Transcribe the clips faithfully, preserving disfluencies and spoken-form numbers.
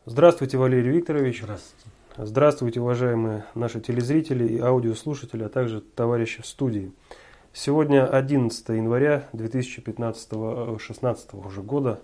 Здравствуйте, Валерий Викторович. Здравствуйте. Здравствуйте, уважаемые наши телезрители и аудиослушатели, а также товарищи в студии. Сегодня одиннадцатое января две тысячи пятнадцатого шестнадцатого уже года.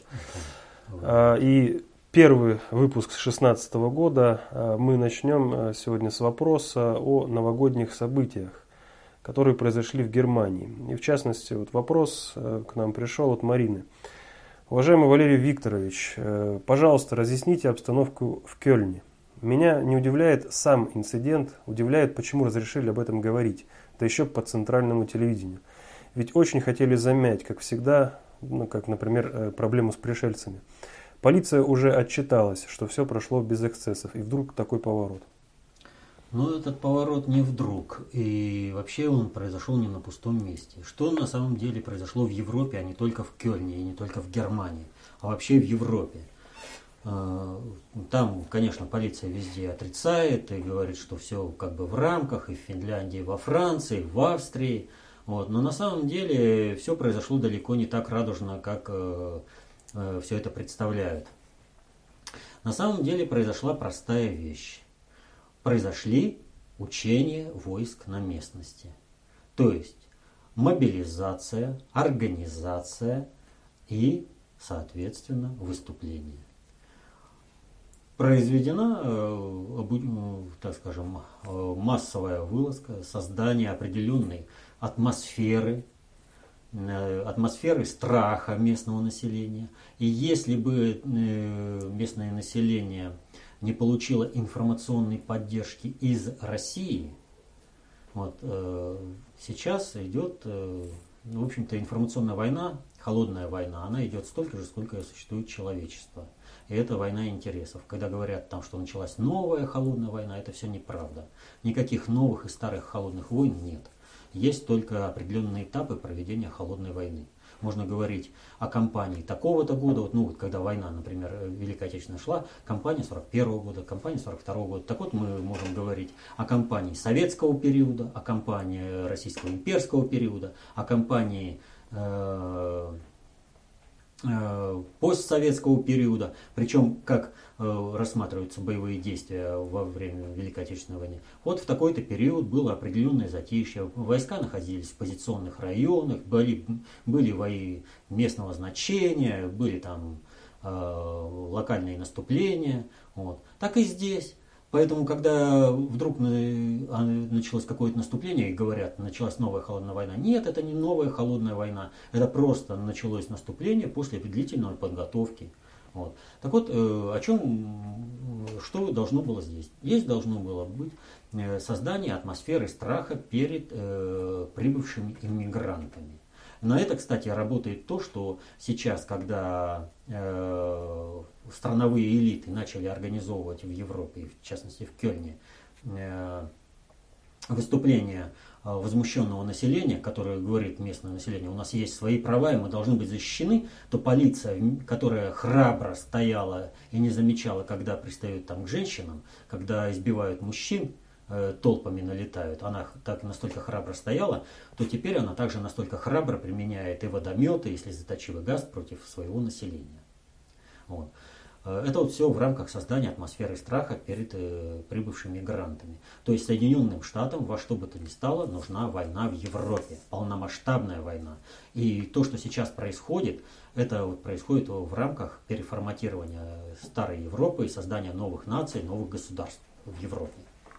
И первый выпуск с шестнадцатого года мы начнем сегодня с вопроса о новогодних событиях, которые произошли в Германии. И в частности, вот вопрос к нам пришел от Марины. Уважаемый Валерий Викторович, пожалуйста, разъясните обстановку в Кёльне. Меня не удивляет сам инцидент, удивляет, почему разрешили об этом говорить, да еще по центральному телевидению. Ведь очень хотели замять, как всегда, ну, как, например, проблему с пришельцами. Полиция уже отчиталась, что все прошло без эксцессов, и вдруг такой поворот. Но этот поворот не вдруг, и вообще он произошел не на пустом месте. Что на самом деле произошло в Европе, а не только в Кёльне и не только в Германии, а вообще в Европе. Там, конечно, полиция везде отрицает и говорит, что все как бы в рамках, и в Финляндии, и во Франции, и в Австрии. Вот. Но на самом деле все произошло далеко не так радужно, как э, э, все это представляют. На самом деле произошла простая вещь. Произошли учения войск на местности. То есть мобилизация, организация и, соответственно, выступление. Произведена, так скажем, массовая вылазка, создание определенной атмосферы, атмосферы страха местного населения. И если бы местное население не получило информационной поддержки из России, вот, сейчас идет, в общем-то, информационная война, холодная война, она идет столько же, сколько существует человечество. И это война интересов. Когда говорят, там, что началась новая холодная война, это все неправда. Никаких новых и старых холодных войн нет. Есть только определенные этапы проведения холодной войны. Можно говорить о кампании такого-то года, вот, ну вот когда война, например, Великая Отечественная шла, кампания сорок первого года, кампания сорок второго года. Так вот мы можем говорить о кампании советского периода, о кампании российского имперского периода, о кампании э, э, постсоветского периода. Причем как э, рассматриваются боевые действия во время Великой Отечественной войны. Вот в такой-то период было определенное затишье. Войска находились в позиционных районах, были, были бои местного значения, были там э, локальные наступления. Вот. Так и здесь. Поэтому, когда вдруг началось какое-то наступление и говорят, началась новая холодная война, нет, это не новая холодная война, это просто началось наступление после длительной подготовки. Вот. Так вот, о чем, что должно было здесь? Здесь должно было быть создание атмосферы страха перед э, прибывшими иммигрантами. На это, кстати, работает то, что сейчас, когда э, страновые элиты начали организовывать в Европе, в частности в Кёльне, э, выступления возмущенного населения, которое говорит местное население, у нас есть свои права и мы должны быть защищены, то полиция, которая храбро стояла и не замечала, когда пристают там к женщинам, когда избивают мужчин, толпами налетают, она так настолько храбро стояла, то теперь она также настолько храбро применяет и водометы, и слезоточивый газ против своего населения. Вот. Это вот все в рамках создания атмосферы страха перед э, прибывшими мигрантами. То есть Соединенным Штатам во что бы то ни стало нужна война в Европе, полномасштабная война. И то, что сейчас происходит, это вот происходит в рамках переформатирования старой Европы и создания новых наций, новых государств в Европе.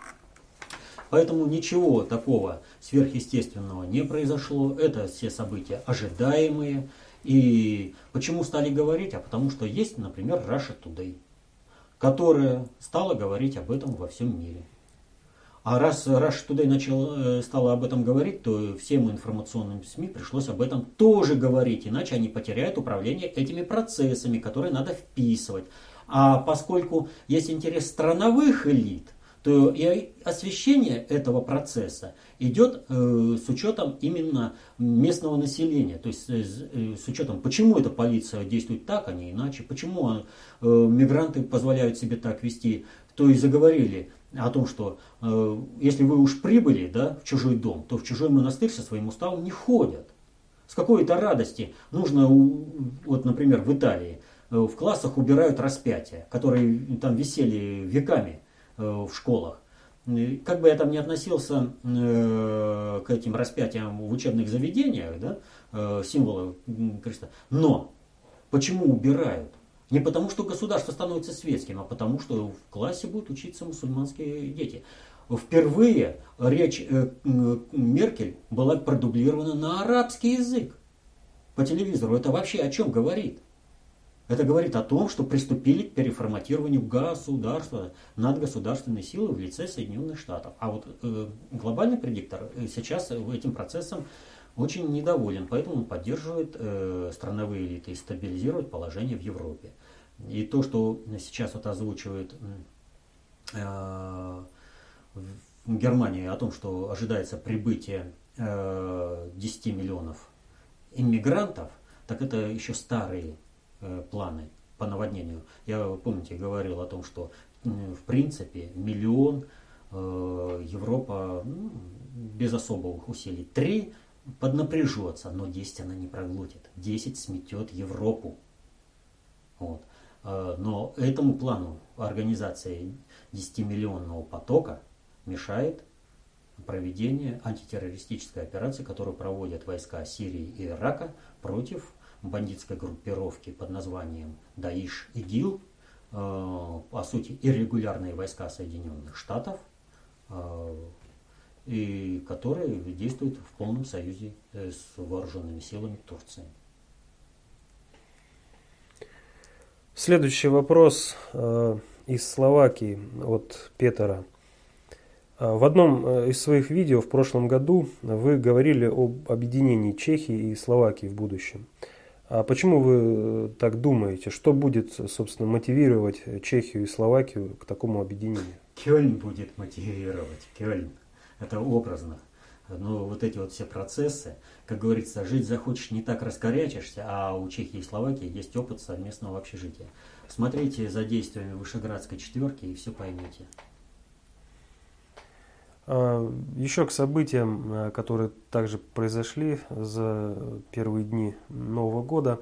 Поэтому ничего такого сверхъестественного не произошло. Это все события ожидаемые. И почему стали говорить? А потому что есть, например, Russia Today, которая стала говорить об этом во всем мире. А раз Russia Today начала, стала об этом говорить, то всем информационным СМИ пришлось об этом тоже говорить. Иначе они потеряют управление этими процессами, которые надо вписывать. А поскольку есть интерес страновых элит, то и освещение этого процесса идет э, с учетом именно местного населения. То есть э, с учетом, почему эта полиция действует так, а не иначе, почему э, мигранты позволяют себе так вести. То и заговорили о том, что э, если вы уж прибыли, да, в чужой дом, то в чужой монастырь со своим уставом не ходят. С какой-то радости нужно, вот, например, в Италии, в классах убирают распятия, которые там висели веками в школах. Как бы я там ни относился к этим распятиям в учебных заведениях, да, символы креста, но почему убирают? Не потому, что государство становится светским, а потому, что в классе будут учиться мусульманские дети. Впервые речь Меркель была продублирована на арабский язык по телевизору. Это вообще о чем говорит? Это говорит о том, что приступили к переформатированию государства, надгосударственной силы в лице Соединенных Штатов. А вот э, глобальный предиктор сейчас этим процессом очень недоволен, поэтому он поддерживает э, страновые элиты и стабилизирует положение в Европе. И то, что сейчас вот озвучивает э, в Германии о том, что ожидается прибытие э, десяти миллионов иммигрантов, так это еще старые планы по наводнению. Я, помните, говорил о том, что в принципе миллион э, Европа ну, без особых усилий. Три поднапряжется, но десять она не проглотит. Десять сметет Европу. Вот. Но этому плану организации десятимиллионного потока мешает проведение антитеррористической операции, которую проводят войска Сирии и Ирака против бандитской группировки под названием Даиш ИГИЛ, э, по сути иррегулярные войска Соединенных Штатов, э, и которые действуют в полном союзе с вооруженными силами Турции. Следующий вопрос э, из Словакии от Петера. В одном из своих видео в прошлом году вы говорили об объединении Чехии и Словакии в будущем. А почему вы так думаете? Что будет, собственно, мотивировать Чехию и Словакию к такому объединению? Кёльн будет мотивировать. Кёльн. Это образно. Но вот эти вот все процессы, как говорится, жить захочешь, не так раскорячишься, а у Чехии и Словакии есть опыт совместного общежития. Смотрите за действиями Вышеградской четверки и все поймете. Еще к событиям, которые также произошли за первые дни Нового года.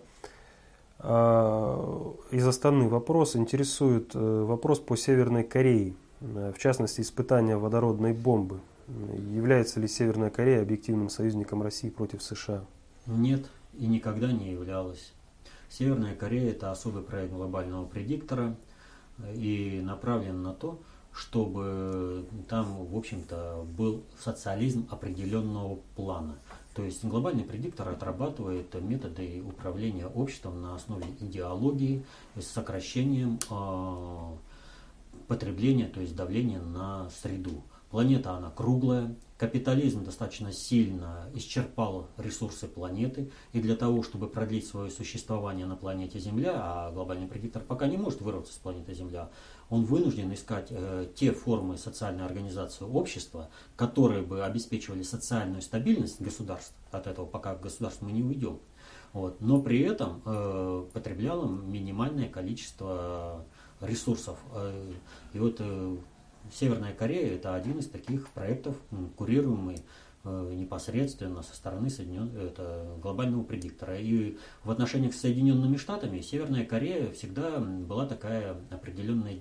Из Астаны вопрос интересует вопрос по Северной Корее, в частности испытания водородной бомбы. Является ли Северная Корея объективным союзником России против США? Нет, и никогда не являлась. Северная Корея – это особый проект глобального предиктора и направлен на то, чтобы там, в общем-то, был социализм определенного плана. То есть глобальный предиктор отрабатывает методы управления обществом на основе идеологии с сокращением э, потребления, то есть давления на среду. Планета, она круглая, капитализм достаточно сильно исчерпал ресурсы планеты, и для того, чтобы продлить свое существование на планете Земля, а глобальный предиктор пока не может вырваться с планеты Земля, он вынужден искать э, те формы социальной организации общества, которые бы обеспечивали социальную стабильность государств. От этого пока государство мы не уйдем. Вот. Но при этом э, потребляло минимальное количество ресурсов. И вот э, Северная Корея – это один из таких проектов, курируемый э, непосредственно со стороны Соединен... это глобального предиктора. И в отношениях с Соединенными Штатами Северная Корея всегда была такая определенная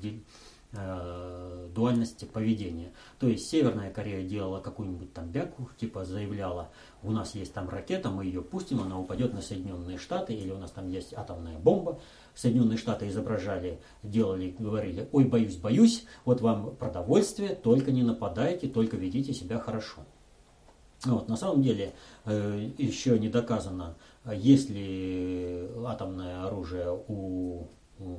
э, дуальность поведения. То есть Северная Корея делала какую-нибудь там бяку, типа заявляла, у нас есть там ракета, мы ее пустим, она упадет на Соединенные Штаты, или у нас там есть атомная бомба. Соединенные Штаты изображали, делали, говорили, ой, боюсь, боюсь, вот вам продовольствие, только не нападайте, только ведите себя хорошо. Вот, на самом деле э, еще не доказано, есть ли атомное оружие у, у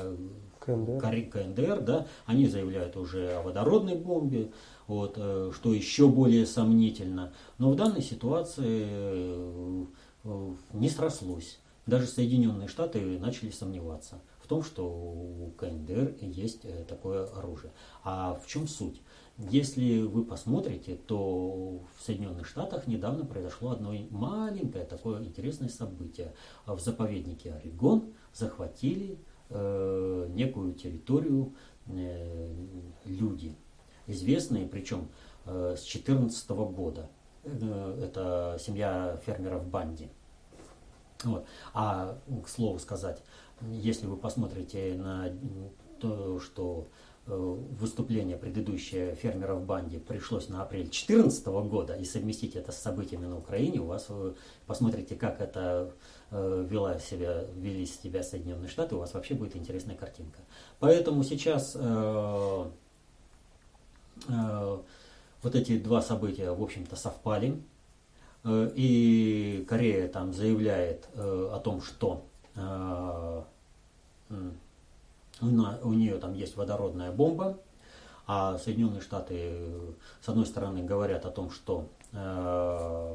КНДР. КНДР, да, они заявляют уже о водородной бомбе, вот, э, что еще более сомнительно. Но в данной ситуации э, э, не срослось. Даже Соединенные Штаты начали сомневаться в том, что у КНДР есть такое оружие. А в чем суть? Если вы посмотрите, то в Соединенных Штатах недавно произошло одно маленькое такое интересное событие. В заповеднике Орегон захватили э, некую территорию э, люди, известные, причем э, с две тысячи четырнадцатого года. Э, это семья фермеров Банди. Вот. А, к слову сказать, если вы посмотрите на то, что выступление предыдущее фермера в банде пришлось на апрель две тысячи четырнадцатого года, и совместить это с событиями на Украине, у вас вы посмотрите, как это э, вела себя, вели себя Соединенные Штаты, у вас вообще будет интересная картинка. Поэтому сейчас э, э, вот эти два события, в общем-то, совпали. Э, и Корея там заявляет э, о том, что э, у нее там есть водородная бомба, а Соединенные Штаты, с одной стороны, говорят о том, что э,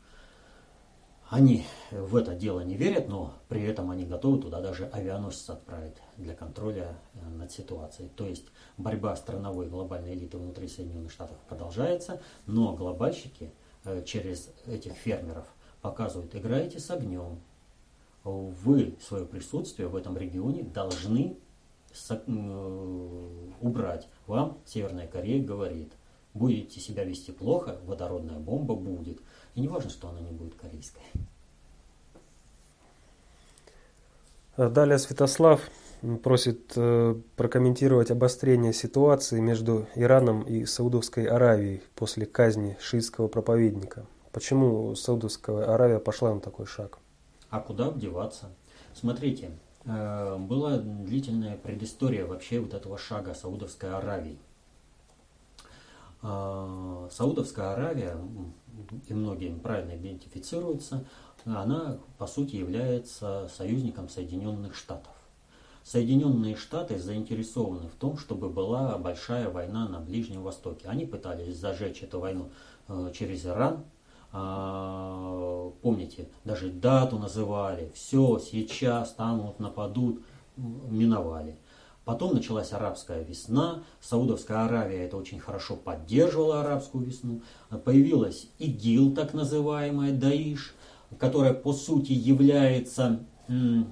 они в это дело не верят, но при этом они готовы туда даже авианосец отправить для контроля над ситуацией. То есть борьба страновой глобальной элиты внутри Соединенных Штатов продолжается, но глобальщики э, через этих фермеров показывают: играете с огнем, вы свое присутствие в этом регионе должны убрать. Вам Северная Корея говорит: будете себя вести плохо, водородная бомба будет. И не важно, что она не будет корейской. Далее Святослав просит э, прокомментировать обострение ситуации между Ираном и Саудовской Аравией после казни шиитского проповедника. Почему Саудовская Аравия пошла на такой шаг? А куда деваться? Смотрите, э, была длительная предыстория вообще вот этого шага Саудовской Аравии. Э, Саудовская Аравия, и многие правильно идентифицируются, она по сути является союзником Соединенных Штатов. Соединенные Штаты заинтересованы в том, чтобы была большая война на Ближнем Востоке. Они пытались зажечь эту войну э, через Иран. Помните, даже дату называли, все, сейчас там вот нападут, миновали. Потом началась арабская весна, Саудовская Аравия это очень хорошо поддерживала арабскую весну. Появилась ИГИЛ, так называемая, Даиш, которая по сути является э,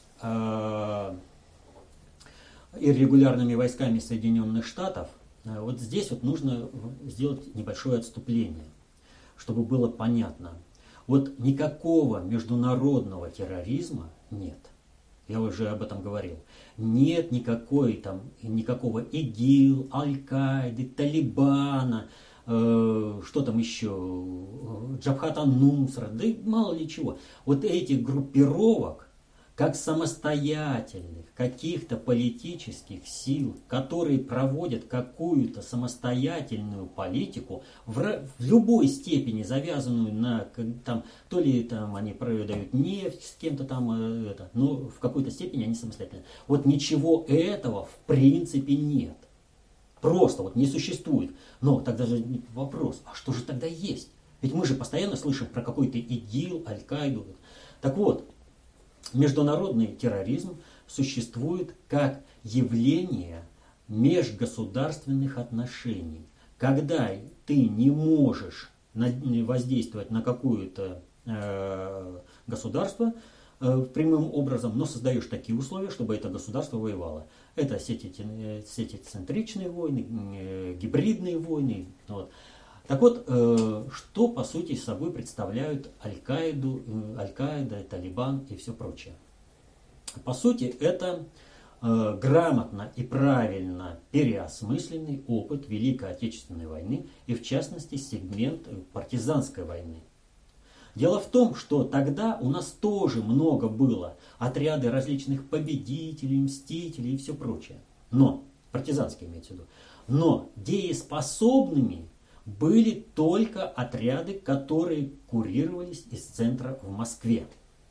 иррегулярными войсками Соединенных Штатов. Вот здесь вот нужно сделать небольшое отступление, чтобы было понятно. Вот никакого международного терроризма нет. Я уже об этом говорил. Нет никакой там, никакого ИГИЛ, Аль-Каиды, Талибана, э, что там еще, Джабхат ан-Нусра, да и мало ли чего. Вот этих группировок, как самостоятельных каких-то политических сил, которые проводят какую-то самостоятельную политику, в, в любой степени завязанную на, там, то ли там они продают нефть с кем-то там, это, но в какой-то степени они самостоятельны. Вот ничего этого в принципе нет. Просто вот не существует. Но тогда же вопрос, а что же тогда есть? Ведь мы же постоянно слышим про какой-то ИГИЛ, Аль-Каиду. Так вот, международный терроризм существует как явление межгосударственных отношений. Когда ты не можешь воздействовать на какое-то э, государство э, прямым образом, но создаешь такие условия, чтобы это государство воевало. Это сетицентричные войны, э, гибридные войны. Вот. Так вот, э, что по сути собой представляют Аль-Каиду, э, Аль-Каида, Талибан и все прочее? По сути, это э, грамотно и правильно переосмысленный опыт Великой Отечественной войны и, в частности, сегмент партизанской войны. Дело в том, что тогда у нас тоже много было отряды различных победителей, мстителей и все прочее. Но, партизанские имеется в виду, но дееспособными были только отряды, которые курировались из центра в Москве.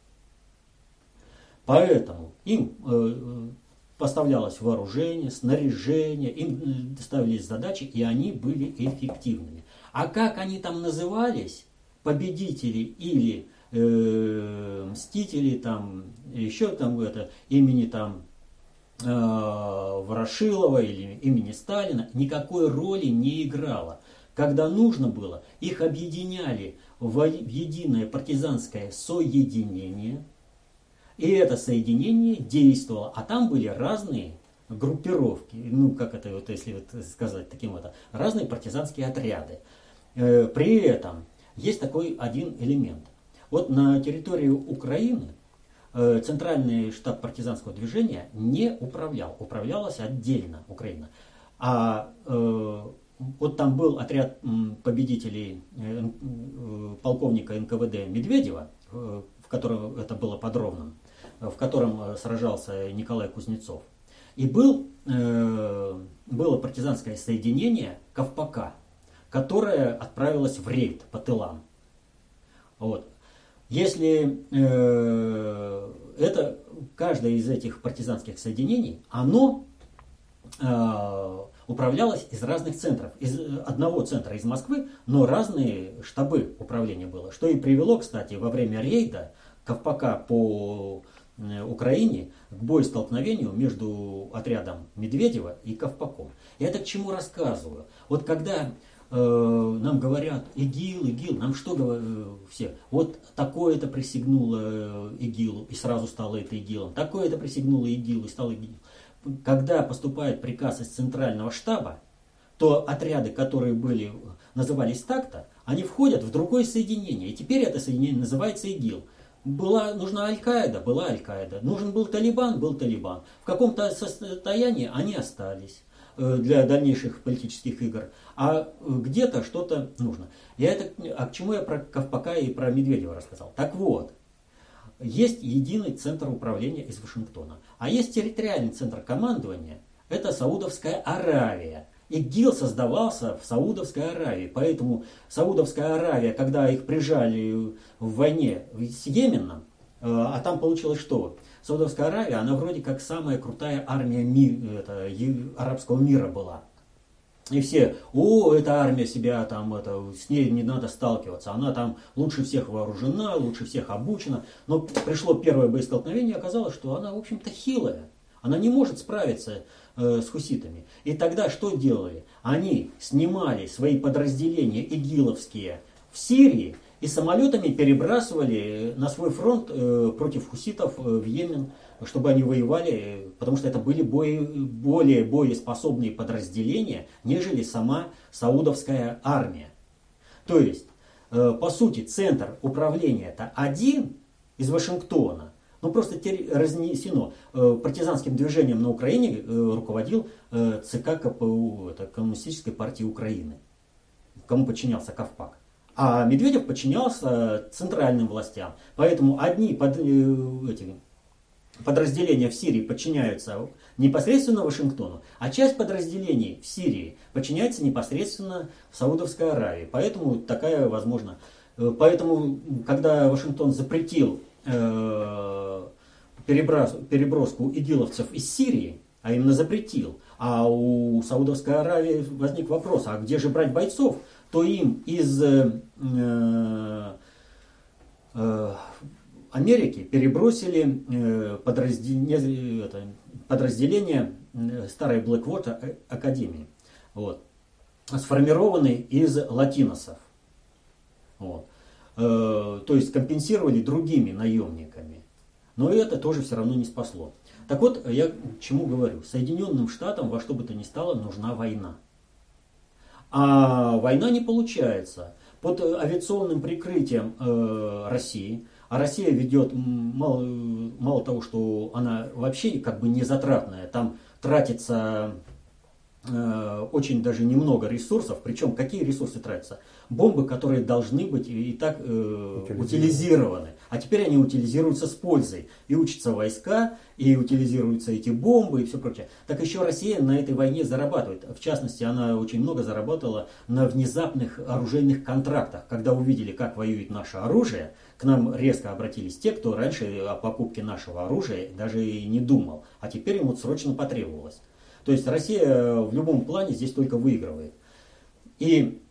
Поэтому им э, поставлялось вооружение, снаряжение, им ставились задачи, и они были эффективными. А как они там назывались, победители или э, мстители, там, еще там это, имени там, э, Ворошилова или имени Сталина, никакой роли не играло. Когда нужно было, их объединяли в единое партизанское соединение, и это соединение действовало, а там были разные группировки, ну как это, вот, если вот сказать таким вот, разные партизанские отряды. При этом есть такой один элемент. Вот на территории Украины э, центральный штаб партизанского движения не управлял, управлялась отдельно Украина. А э, вот там был отряд м, победителей э, э, полковника эн ка вэ дэ Медведева, э, в котором это было под Ровным, в котором э, сражался Николай Кузнецов. И был, э, было партизанское соединение Ковпака, которое отправилось в рейд по тылам. Вот. Если э, это, каждое из этих партизанских соединений, оно э, управлялось из разных центров. Из одного центра из Москвы, но разные штабы управления было. Что и привело, кстати, во время рейда Ковпака по Украине к боестолкновению между отрядом Медведева и Ковпаком. Я это к чему рассказываю? Вот когда э, нам говорят ИГИЛ, ИГИЛ, нам что говорят э, все? Вот такое-то присягнуло ИГИЛу и сразу стало это ИГИЛом. Такое-то присягнуло ИГИЛу и стало ИГИЛом. Когда поступает приказ из центрального штаба, то отряды, которые были, назывались так-то, они входят в другое соединение. И теперь это соединение называется ИГИЛ. Была нужна Аль-Каида, была Аль-Каида. Нужен был Талибан, был Талибан. В каком-то состоянии они остались для дальнейших политических игр. А где-то что-то нужно. Я это, а к чему я про Ковпака и про Медведева рассказал? Так вот, есть единый центр управления из Вашингтона. А есть территориальный центр командования. Это Саудовская Аравия. ИГИЛ создавался в Саудовской Аравии. Поэтому Саудовская Аравия, когда их прижали в войне с Йеменом, а там получилось что? Саудовская Аравия, она вроде как самая крутая армия ми, это, арабского мира была. И все, о, эта армия себя там, это, с ней не надо сталкиваться, она там лучше всех вооружена, лучше всех обучена. Но пришло первое боестолкновение, и оказалось, что она, в общем-то, хилая. Она не может справиться э, с хуситами. И тогда что делали? Они снимали свои подразделения игиловские в Сирии и самолетами перебрасывали на свой фронт э, против хуситов э, в Йемен, чтобы они воевали, потому что это были бое, более боеспособные подразделения, нежели сама саудовская армия. То есть, э, по сути, центр управления это один из Вашингтона. Ну, просто разнесено. Партизанским движением на Украине руководил ЦК ка пэ у, это Коммунистической партии Украины, кому подчинялся Ковпак. А Медведев подчинялся центральным властям. Поэтому одни под, эти, подразделения в Сирии подчиняются непосредственно Вашингтону, а часть подразделений в Сирии подчиняется непосредственно Саудовской Аравии. Поэтому такая возможна. Поэтому, когда Вашингтон запретил переброску игиловцев из Сирии, а именно запретил, а у Саудовской Аравии возник вопрос, а где же брать бойцов, то им из э, э, Америки перебросили э, подразделение, это, подразделение старой Blackwater Академии, вот, сформированной из латиносов. Вот. То есть компенсировали другими наемниками. Но это тоже все равно не спасло. Так вот, я к чему говорю. Соединенным Штатам во что бы то ни стало нужна война. А война не получается. Под авиационным прикрытием э, России, а Россия ведет, мало, мало того, что она вообще как бы не затратная, там тратится э, очень даже немного ресурсов. Причем какие ресурсы тратятся? Бомбы, которые должны быть и так э, утилизированы. А теперь они утилизируются с пользой. И учатся войска, и утилизируются эти бомбы, и все прочее. Так еще Россия на этой войне зарабатывает. В частности, она очень много заработала на внезапных оружейных контрактах. Когда увидели, как воюет наше оружие, к нам резко обратились те, кто раньше о покупке нашего оружия даже и не думал. А теперь ему срочно потребовалось. То есть Россия в любом плане здесь только выигрывает. И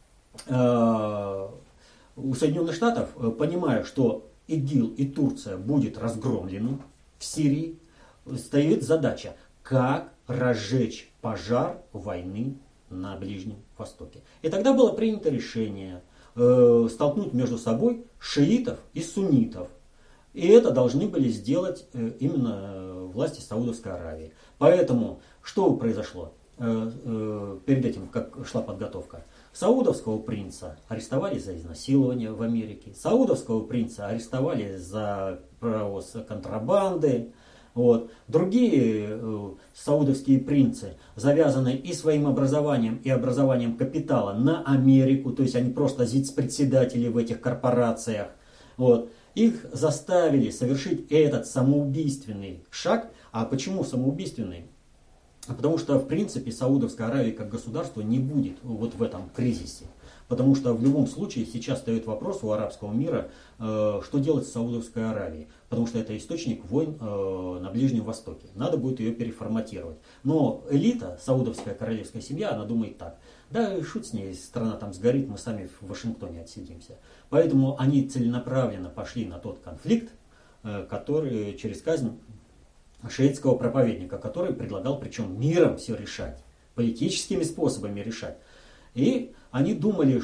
у Соединенных Штатов, понимая, что ИГИЛ и Турция будет разгромлены в Сирии, стоит задача, как разжечь пожар войны на Ближнем Востоке. И тогда было принято решение э, столкнуть между собой шиитов и суннитов. И это должны были сделать э, именно власти Саудовской Аравии. Поэтому что произошло э, э, перед этим, как шла подготовка? Саудовского принца арестовали за изнасилование в Америке. Саудовского принца арестовали за провоз контрабанды. Вот. Другие э, саудовские принцы завязаны и своим образованием, и образованием капитала на Америку. То есть они просто зиц-председатели в этих корпорациях. Вот. Их заставили совершить этот самоубийственный шаг. А почему самоубийственный? Потому что, в принципе, Саудовская Аравия как государство не будет вот в этом кризисе. Потому что в любом случае сейчас встает вопрос у арабского мира, э, что делать с Саудовской Аравией. Потому что это источник войн э, на Ближнем Востоке. Надо будет ее переформатировать. Но элита, саудовская королевская семья, она думает так. Да, шут с ней, страна там сгорит, мы сами в Вашингтоне отсидимся. Поэтому они целенаправленно пошли на тот конфликт, э, который через казнь шиитского проповедника, который предлагал, причем миром все решать, политическими способами решать. И они думали,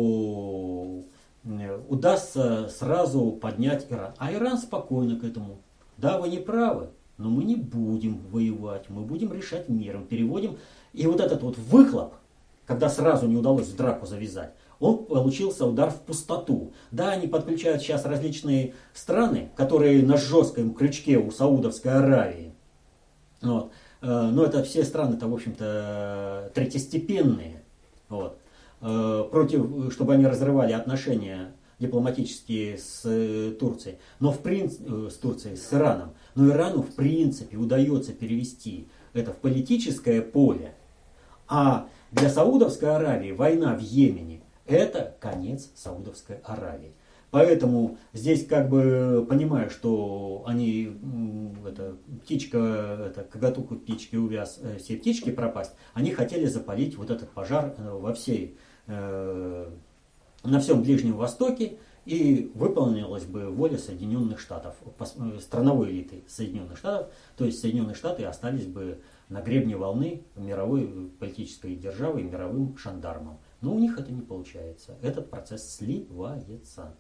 что удастся сразу поднять Иран. А Иран спокойно к этому. Да, вы не правы, но мы не будем воевать, мы будем решать миром, переводим. И вот этот вот выхлоп, когда сразу не удалось в драку завязать, он получился удар в пустоту. Да, они подключают сейчас различные страны, которые на жестком крючке у Саудовской Аравии. Вот. Но это все страны-то, в общем-то, третьестепенные. Вот. Против, чтобы они разрывали отношения дипломатические с Турцией. Но в принципе, с Турцией, с Ираном. Но Ирану, в принципе, удается перевести это в политическое поле. А для Саудовской Аравии война в Йемене — это конец Саудовской Аравии. Поэтому здесь как бы понимая, что они, это, птичка, это, коготуку птички увяз, все птички пропасть, они хотели запалить вот этот пожар во всей, э, на всем Ближнем Востоке, и выполнилась бы воля Соединенных Штатов, страновой элиты Соединенных Штатов, то есть Соединенные Штаты остались бы на гребне волны мировой политической державы и мировым шандармом. Но у них это не получается. Этот процесс сливается.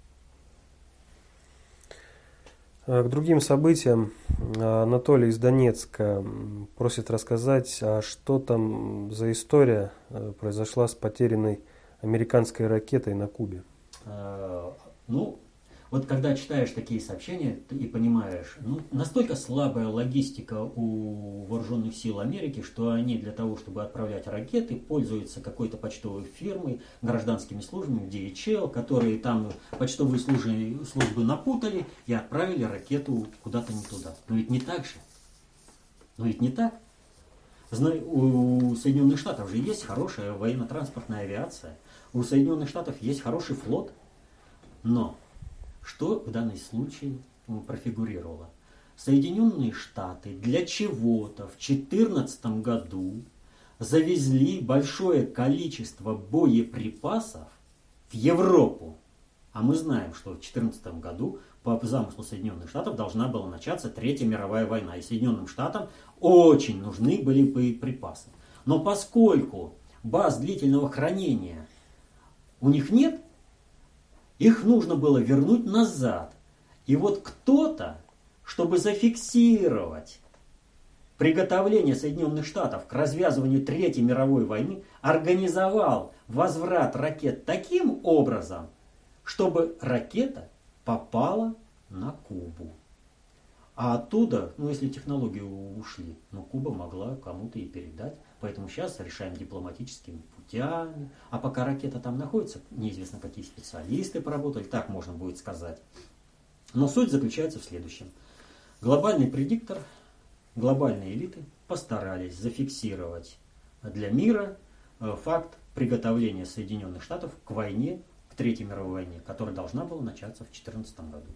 К другим событиям Анатолий из Донецка просит рассказать, а что там за история произошла с потерянной американской ракетой на Кубе. Ну, вот когда читаешь такие сообщения и понимаешь, ну, настолько слабая логистика у вооруженных сил Америки, что они для того, чтобы отправлять ракеты, пользуются какой-то почтовой фирмой, гражданскими службами, ди эйч эл, которые там почтовые службы, службы напутали и отправили ракету куда-то не туда. Но ведь не так же. Но ведь не так. У Соединенных Штатов же есть хорошая военно-транспортная авиация, у Соединенных Штатов есть хороший флот, но что в данном случае профигурировало? Соединенные Штаты для чего-то в две тысячи четырнадцатом году завезли большое количество боеприпасов в Европу. А мы знаем, что в две тысячи четырнадцатом году по замыслу Соединенных Штатов должна была начаться Третья мировая война. И Соединенным Штатам очень нужны были боеприпасы. Но поскольку баз длительного хранения у них нет, их нужно было вернуть назад. И вот кто-то, чтобы зафиксировать приготовление Соединенных Штатов к развязыванию Третьей мировой войны, организовал возврат ракет таким образом, чтобы ракета попала на Кубу. А оттуда, ну если технологии ушли, но Куба могла кому-то и передать. Поэтому сейчас решаем дипломатическими путями. А пока ракета там находится, неизвестно, какие специалисты поработали, так можно будет сказать. Но суть заключается в следующем. Глобальный предиктор, глобальные элиты постарались зафиксировать для мира факт приготовления Соединенных Штатов к войне, к Третьей мировой войне, которая должна была начаться в две тысячи четырнадцатом году.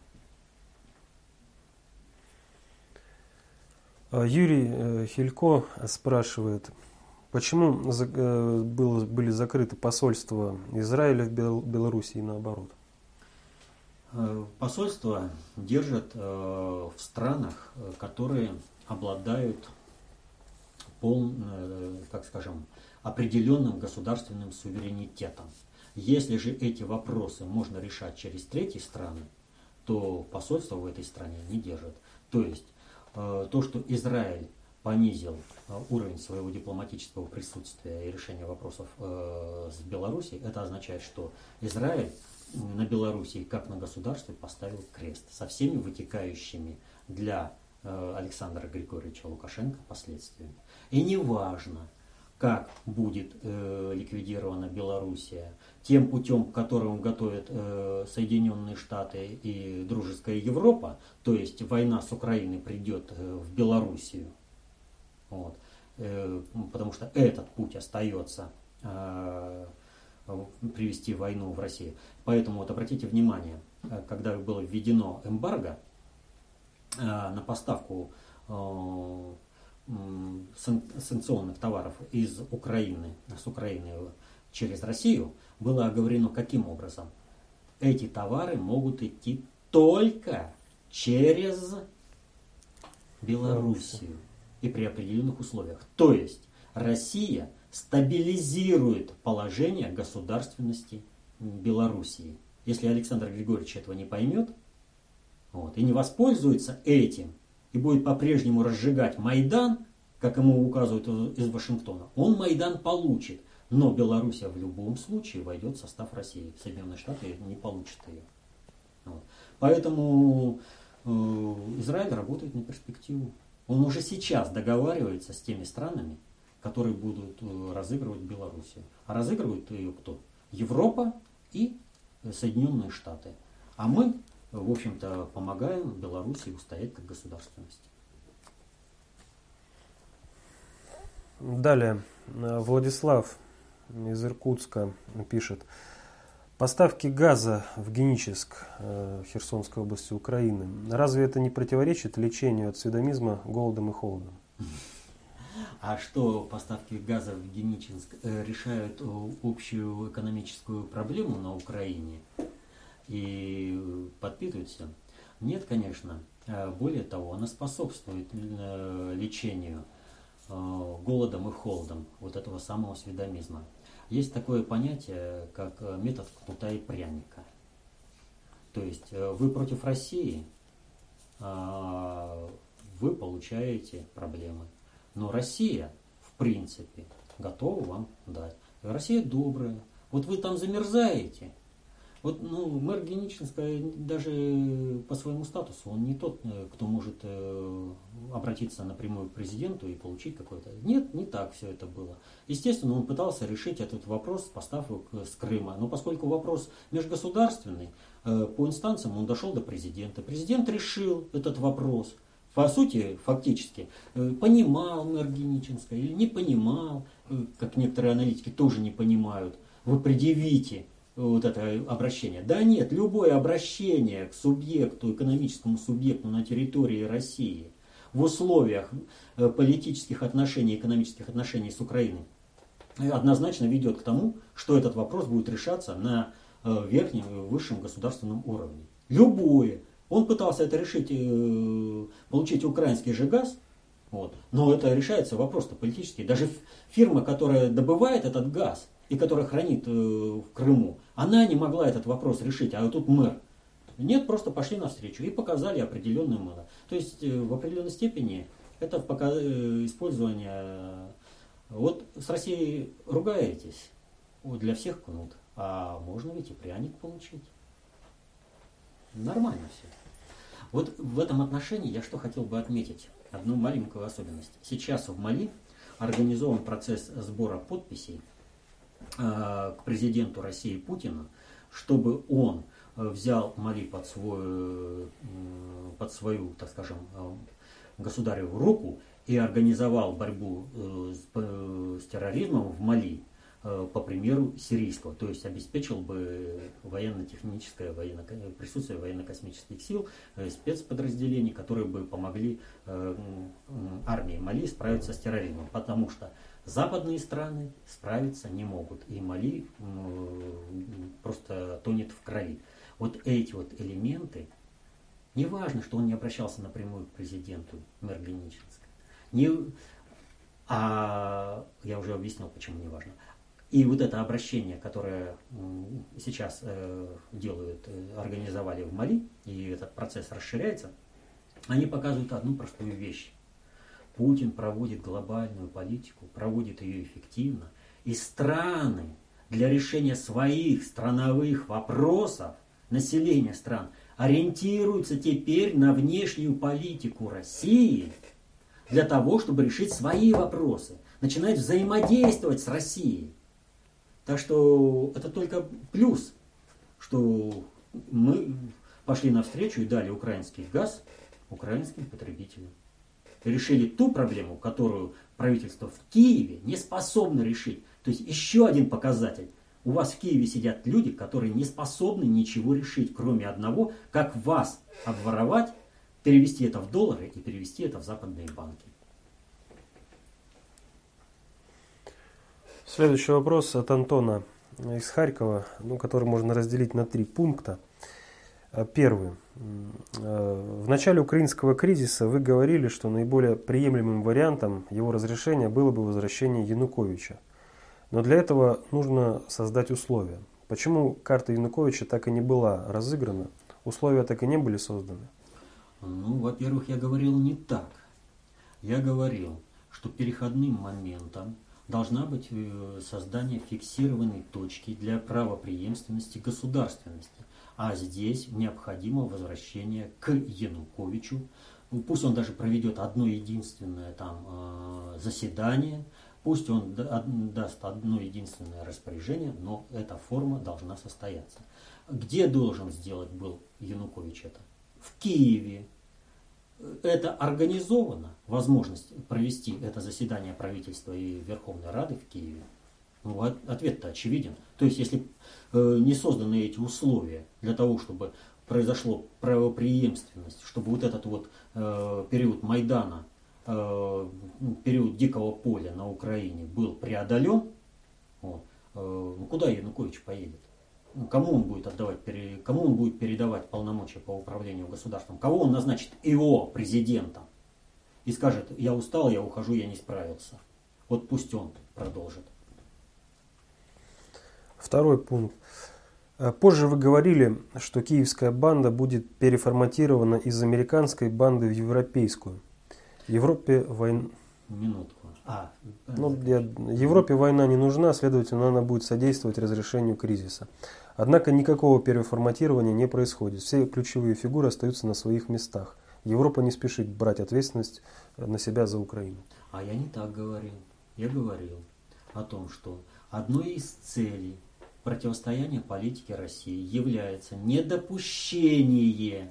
Юрий Хилько спрашивает, почему были закрыты посольства Израиля в Беларуси и наоборот? Посольства держат в странах, которые обладают полным, как скажем, определенным государственным суверенитетом. Если же эти вопросы можно решать через третьи страны, то посольство в этой стране не держат. То есть то, что Израиль понизил уровень своего дипломатического присутствия и решения вопросов э, с Белоруссией, это означает, что Израиль на Белоруссии как на государстве поставил крест со всеми вытекающими для э, Александра Григорьевича Лукашенко последствиями. И неважно, как будет э, ликвидирована Белоруссия тем путем, которым готовят э, Соединенные Штаты и дружеская Европа, то есть война с Украиной придет э, в Белоруссию, вот, э, потому что этот путь остается э, привести войну в Россию. Поэтому вот обратите внимание, когда было введено эмбарго э, на поставку э, санкционных товаров из Украины, с Украины через Россию, было оговорено каким образом? Эти товары могут идти только через Белоруссию и при определенных условиях. То есть Россия стабилизирует положение государственности Белоруссии. Если Александр Григорьевич этого не поймет, вот, и не воспользуется этим, и будет по-прежнему разжигать Майдан, как ему указывают из Вашингтона, он Майдан получит. Но Белоруссия в любом случае войдет в состав России. Соединенные Штаты не получат ее. Вот. Поэтому э, Израиль работает на перспективу. Он уже сейчас договаривается с теми странами, которые будут э, разыгрывать Белоруссию. А разыгрывают ее кто? Европа и Соединенные Штаты. А мы, в общем-то, помогаем Белоруссии устоять как государственности. Далее. Владислав из Иркутска пишет. Поставки газа в Геническ, Херсонской области Украины. Разве это не противоречит лечению от сведомизма голодом и холодом? А что поставки газа в Геническ решают общую экономическую проблему на Украине и подпитывают все? Нет, конечно. Более того, она способствует лечению голодом и холодом вот этого самого сведомизма. Есть такое понятие, как метод кнута и пряника. То есть вы против России, вы получаете проблемы. Но Россия, в принципе, готова вам дать. Россия добрая. Вот вы там замерзаете. Вот, ну, мэр Геническа даже по своему статусу, он не тот, кто может э, обратиться напрямую к президенту и получить какое-то... Нет, не так все это было. Естественно, он пытался решить этот вопрос с поставок с Крыма. Но поскольку вопрос межгосударственный, э, по инстанциям он дошел до президента. Президент решил этот вопрос. По сути, фактически, э, понимал мэр Геническа или не понимал, э, как некоторые аналитики тоже не понимают. Вы предъявите вот это обращение. Да нет, любое обращение к субъекту, экономическому субъекту на территории России в условиях политических отношений, экономических отношений с Украиной однозначно ведет к тому, что этот вопрос будет решаться на верхнем, высшем государственном уровне. Любое. Он пытался это решить, получить украинский же газ, вот, но это решается вопрос-то политический. Даже фирма, которая добывает этот газ, и которая хранит э, в Крыму, она не могла этот вопрос решить, а вот тут мэр. Нет, просто пошли навстречу и показали определенную мэра. То есть э, в определенной степени это пока, э, использование... Э, вот с Россией ругаетесь, вот для всех кнут, а можно ведь и пряник получить. Нормально все. Вот в этом отношении я что хотел бы отметить, одну маленькую особенность. Сейчас в Мали организован процесс сбора подписей к президенту России Путину, чтобы он взял Мали под свою, под свою, так скажем, государеву руку и организовал борьбу с, с терроризмом в Мали по примеру сирийского, то есть обеспечил бы военно-техническое военно, присутствие военно-космических сил, спецподразделений, которые бы помогли армии Мали справиться с терроризмом, потому что западные страны справиться не могут, и Мали просто тонет в крови. Вот эти вот элементы, не важно, что он не обращался напрямую к президенту мэр Геническа, не, а я уже объяснил, почему не важно. И вот это обращение, которое сейчас э, делают, э, организовали в Мали, и этот процесс расширяется, они показывают одну простую вещь. Путин проводит глобальную политику, проводит ее эффективно. И страны для решения своих страновых вопросов, населения стран, ориентируются теперь на внешнюю политику России для того, чтобы решить свои вопросы, начинают взаимодействовать с Россией. Так что это только плюс, что мы пошли навстречу и дали украинский газ украинским потребителям. И решили ту проблему, которую правительство в Киеве не способно решить. То есть еще один показатель. У вас в Киеве сидят люди, которые не способны ничего решить, кроме одного, как вас обворовать, перевести это в доллары и перевести это в западные банки. Следующий вопрос от Антона из Харькова, ну, который можно разделить на три пункта. Первый. В начале украинского кризиса вы говорили, что наиболее приемлемым вариантом его разрешения было бы возвращение Януковича. Но для этого нужно создать условия. Почему карта Януковича так и не была разыграна? Условия так и не были созданы? Ну, во-первых, я говорил не так. Я говорил, что переходным моментом должна быть создание фиксированной точки для правопреемственности государственности. А здесь необходимо возвращение к Януковичу. Пусть он даже проведет одно единственное там заседание, пусть он даст одно единственное распоряжение, но эта форма должна состояться. Где должен сделать был Янукович это? В Киеве. Это организовано, возможность провести это заседание правительства и Верховной Рады в Киеве? Ну, ответ-то очевиден. То есть, если э, не созданы эти условия для того, чтобы произошло правопреемственность, чтобы вот этот вот э, период Майдана, э, период дикого поля на Украине был преодолен, вот, э, ну, куда Янукович поедет? Кому он будет отдавать, кому он будет передавать полномочия по управлению государством? Кого он назначит ИО президентом? И скажет: я устал, я ухожу, я не справился. Вот пусть он продолжит. Второй пункт. Позже вы говорили, что киевская банда будет переформатирована из американской банды в европейскую. В Европе война... Минутку. А, ну, я... Европе война не нужна, следовательно, она будет содействовать разрешению кризиса. Однако никакого переформатирования не происходит. Все ключевые фигуры остаются на своих местах. Европа не спешит брать ответственность на себя за Украину. А я не так говорил. Я говорил о том, что одной из целей противостояния политики России является недопущение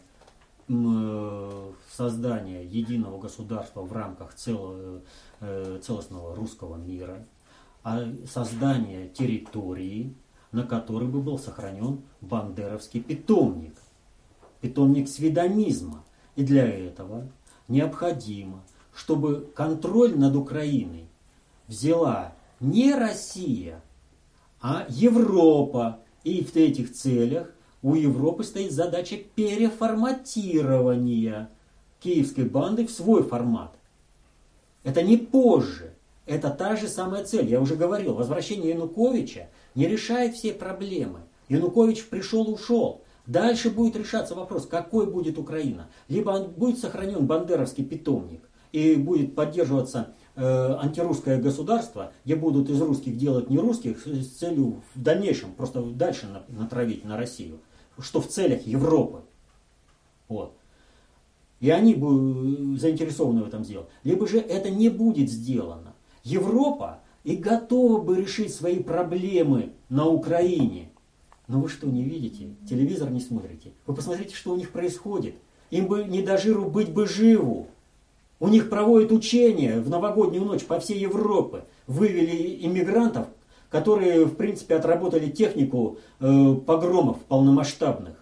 создания единого государства в рамках целого, целостного русского мира, а создание территории, на которой бы был сохранен бандеровский питомник, питомник свидомизма. И для этого необходимо, чтобы контроль над Украиной взяла не Россия, а Европа. И в этих целях у Европы стоит задача переформатирования киевской банды в свой формат. Это не позже. Это та же самая цель. Я уже говорил, возвращение Януковича не решает все проблемы. Янукович пришел, ушел. Дальше будет решаться вопрос, какой будет Украина. Либо будет сохранен бандеровский питомник и будет поддерживаться э, антирусское государство, где будут из русских делать не русских с целью в дальнейшем просто дальше натравить на Россию, что в целях Европы. Вот. И они будут заинтересованы в этом сделать. Либо же это не будет сделано. Европа и готова бы решить свои проблемы на Украине. Но вы что, не видите? Телевизор не смотрите? Вы посмотрите, что у них происходит. Им бы не до жиру быть бы живу. У них проводят учения в новогоднюю ночь по всей Европе. Вывели иммигрантов, которые, в принципе, отработали технику э, погромов полномасштабных.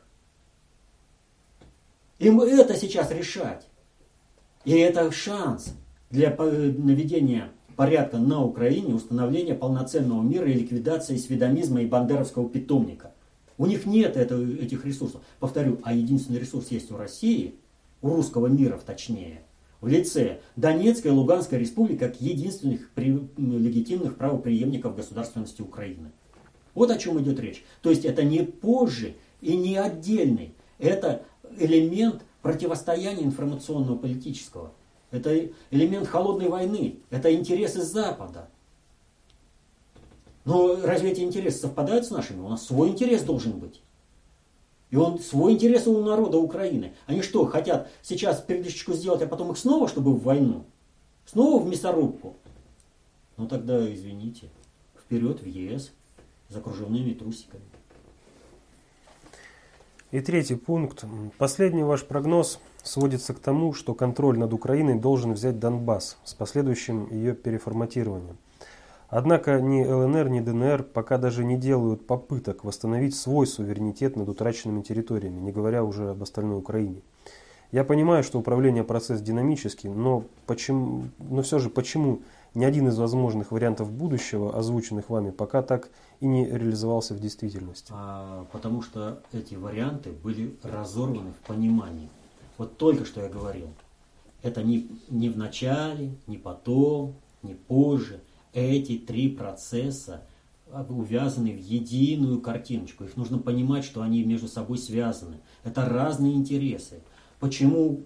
Им это сейчас решать. И это шанс для наведения порядка на Украине, установления полноценного мира и ликвидации свидомизма и бандеровского питомника. У них нет это, этих ресурсов. Повторю, а единственный ресурс есть у России, у русского мира точнее, в лице Донецкой и Луганской республики как единственных при, легитимных правопреемников государственности Украины. Вот о чем идет речь. То есть это не позже и не отдельный. Это элемент противостояния информационно-политического. Это элемент холодной войны. Это интересы Запада. Но разве эти интересы совпадают с нашими? У нас свой интерес должен быть. И он свой интерес у народа Украины. Они что, хотят сейчас передышку сделать, а потом их снова, чтобы в войну? Снова в мясорубку? Ну тогда, извините, вперед в ЕС за кружевными трусиками. И третий пункт. Последний ваш прогноз сводится к тому, что контроль над Украиной должен взять Донбасс с последующим ее переформатированием. Однако ни ЛНР, ни ДНР пока даже не делают попыток восстановить свой суверенитет над утраченными территориями, не говоря уже об остальной Украине. Я понимаю, что управление процесс динамический, но, почему, но все же почему ни один из возможных вариантов будущего, озвученных вами, пока так и не реализовался в действительности? А, потому что эти варианты были разорваны в понимании. Вот только что я говорил. Это не, не в начале, не потом, не позже. Эти три процесса увязаны в единую картиночку. Их нужно понимать, что они между собой связаны. Это разные интересы. Почему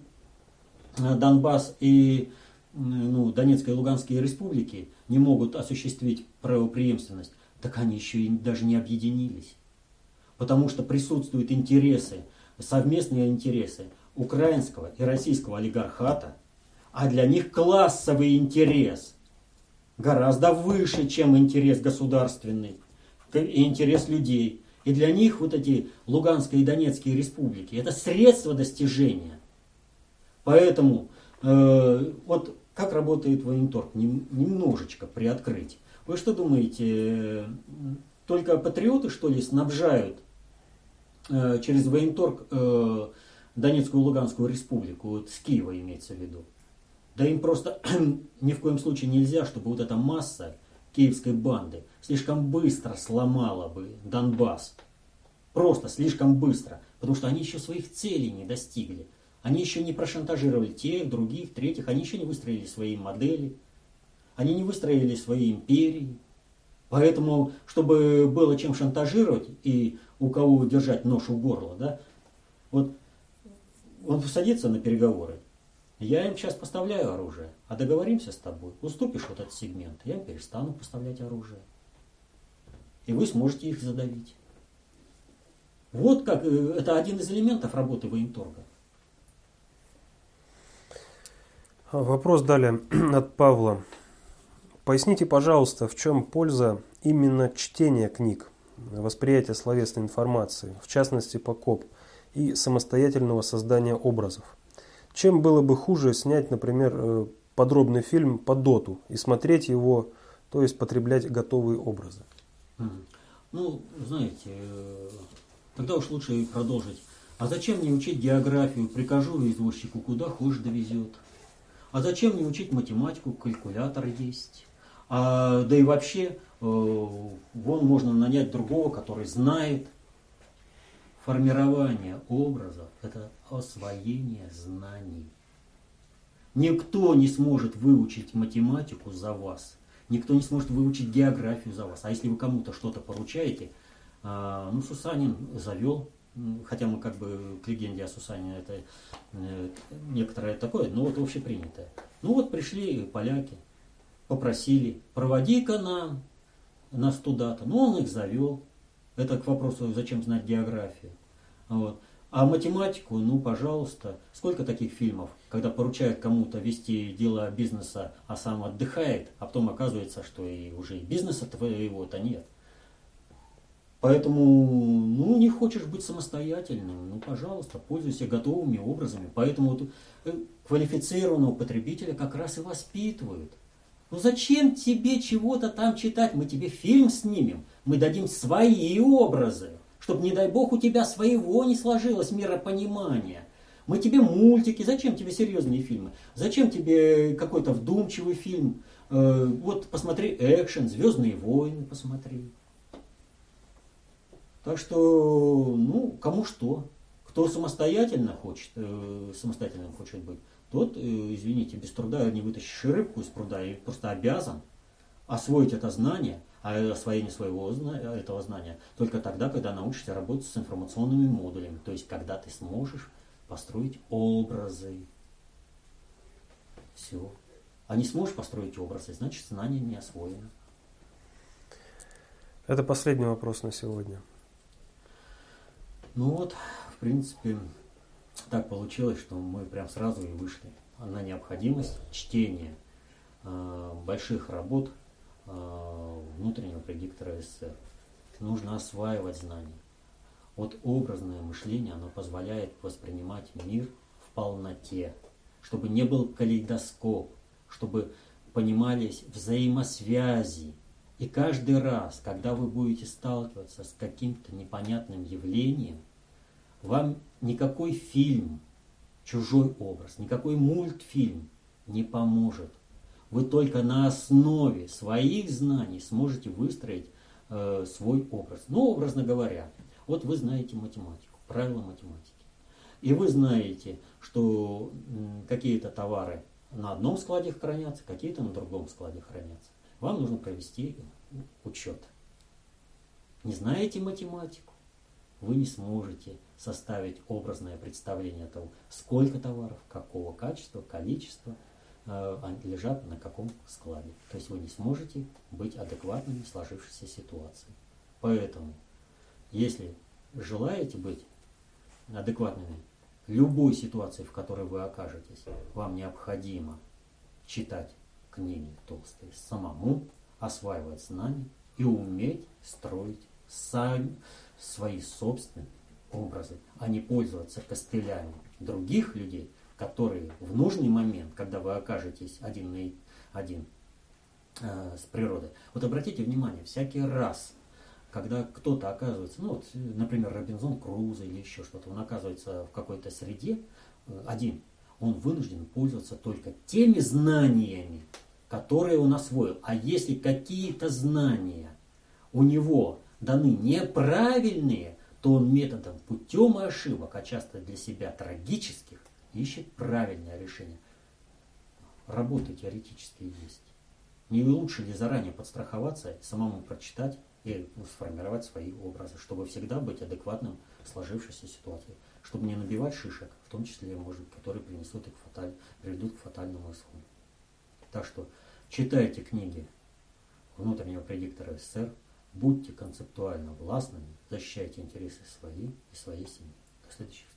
Донбасс и ну, Донецкая и Луганские республики не могут осуществить правопреемственность? Так они еще и даже не объединились. Потому что присутствуют интересы, совместные интересы украинского и российского олигархата, а для них классовый интерес гораздо выше, чем интерес государственный и интерес людей. И для них вот эти Луганские и Донецкие республики – это средство достижения. Поэтому э, вот как работает военторг, Нем, немножечко приоткрыть. Вы что думаете, только патриоты, что ли, снабжают э, через военторг э, Донецкую и Луганскую республику, вот с Киева имеется в виду? Да им просто ни в коем случае нельзя, чтобы вот эта масса киевской банды слишком быстро сломала бы Донбасс. Просто слишком быстро. Потому что они еще своих целей не достигли. Они еще не прошантажировали тех, других, третьих. Они еще не выстроили свои модели. Они не выстроили свои империи. Поэтому, чтобы было чем шантажировать и у кого держать нож у горла, да, вот он садится на переговоры. Я им сейчас поставляю оружие, а договоримся с тобой. Уступишь вот этот сегмент, я им перестану поставлять оружие. И вы сможете их задавить. Вот как, это один из элементов работы военторга. Вопрос далее от Павла. Поясните, пожалуйста, в чем польза именно чтения книг, восприятия словесной информации, в частности по КОП, и самостоятельного создания образов? Чем было бы хуже снять, например, подробный фильм по доту и смотреть его, то есть потреблять готовые образы? Ну, знаете, тогда уж лучше продолжить. А зачем мне учить географию? Прикажу извозчику, куда хочешь довезет. А зачем мне учить математику? Калькулятор есть. А, да и вообще, вон можно нанять другого, который знает. Формирование образов – это освоение знаний. Никто не сможет выучить математику за вас. Никто не сможет выучить географию за вас. А если вы кому-то что-то поручаете, ну, Сусанин завел, хотя мы как бы к легенде о Сусанине это некоторое такое, но вот общепринятое. Ну вот пришли поляки, попросили, проводи-ка нам, нас туда-то. Ну он их завел. Это к вопросу, зачем знать географию. Вот. А математику, ну, пожалуйста. Сколько таких фильмов, когда поручают кому-то вести дело бизнеса, а сам отдыхает, а потом оказывается, что и уже и бизнеса твоего-то нет. Поэтому, ну, не хочешь быть самостоятельным, ну, пожалуйста, пользуйся готовыми образами. Поэтому вот квалифицированного потребителя как раз и воспитывают. Ну зачем тебе чего-то там читать? Мы тебе фильм снимем, мы дадим свои образы, чтобы, не дай бог, у тебя своего не сложилось миропонимания. Мы тебе мультики, зачем тебе серьезные фильмы? Зачем тебе какой-то вдумчивый фильм? Э, вот посмотри экшен, «Звездные войны» посмотри. Так что, ну, кому что. Кто самостоятельно хочет, э, самостоятельным хочет быть, тот, извините, без труда не вытащишь рыбку из пруда и просто обязан освоить это знание, а освоение своего этого знания только тогда, когда научишься работать с информационными модулями, то есть когда ты сможешь построить образы. Все. А не сможешь построить образы, значит знание не освоено. Это последний вопрос на сегодня. Ну вот, в принципе, так получилось, что мы прям сразу и вышли на необходимость чтения э, больших работ э, внутреннего предиктора СССР. Нужно осваивать знания. Вот образное мышление, оно позволяет воспринимать мир в полноте, чтобы не был калейдоскоп, чтобы понимались взаимосвязи. И каждый раз, когда вы будете сталкиваться с каким-то непонятным явлением, вам никакой фильм, чужой образ, никакой мультфильм не поможет. Вы только на основе своих знаний сможете выстроить э, свой образ. Ну, образно говоря, вот вы знаете математику, правила математики. И вы знаете, что м, какие-то товары на одном складе хранятся, какие-то на другом складе хранятся. Вам нужно провести учет. Не знаете математику? Вы не сможете составить образное представление того, сколько товаров, какого качества, количества э, лежат на каком складе. То есть вы не сможете быть адекватными в сложившейся ситуации. Поэтому, если желаете быть адекватными в любой ситуации, в которой вы окажетесь, вам необходимо читать книги толстые самому, осваивать знания и уметь строить сами свои собственные образы, а не пользоваться костылями других людей, которые в нужный момент, когда вы окажетесь один на один э, с природой. Вот обратите внимание, всякий раз, когда кто-то оказывается, ну вот, например, Робинзон Крузо или еще что-то, он оказывается в какой-то среде э, один, он вынужден пользоваться только теми знаниями, которые он освоил. А если какие-то знания у него даны неправильные, то он методом, путем ошибок, а часто для себя трагических, ищет правильное решение. Работы теоретические есть. Не лучше ли заранее подстраховаться, самому прочитать и сформировать свои образы, чтобы всегда быть адекватным в сложившейся ситуации, чтобы не набивать шишек, в том числе, может, которые принесут и к фаталь... приведут к фатальному исходу. Так что читайте книги внутреннего предиктора СССР, будьте концептуально властными, защищайте интересы свои и своей семьи. До следующих встреч.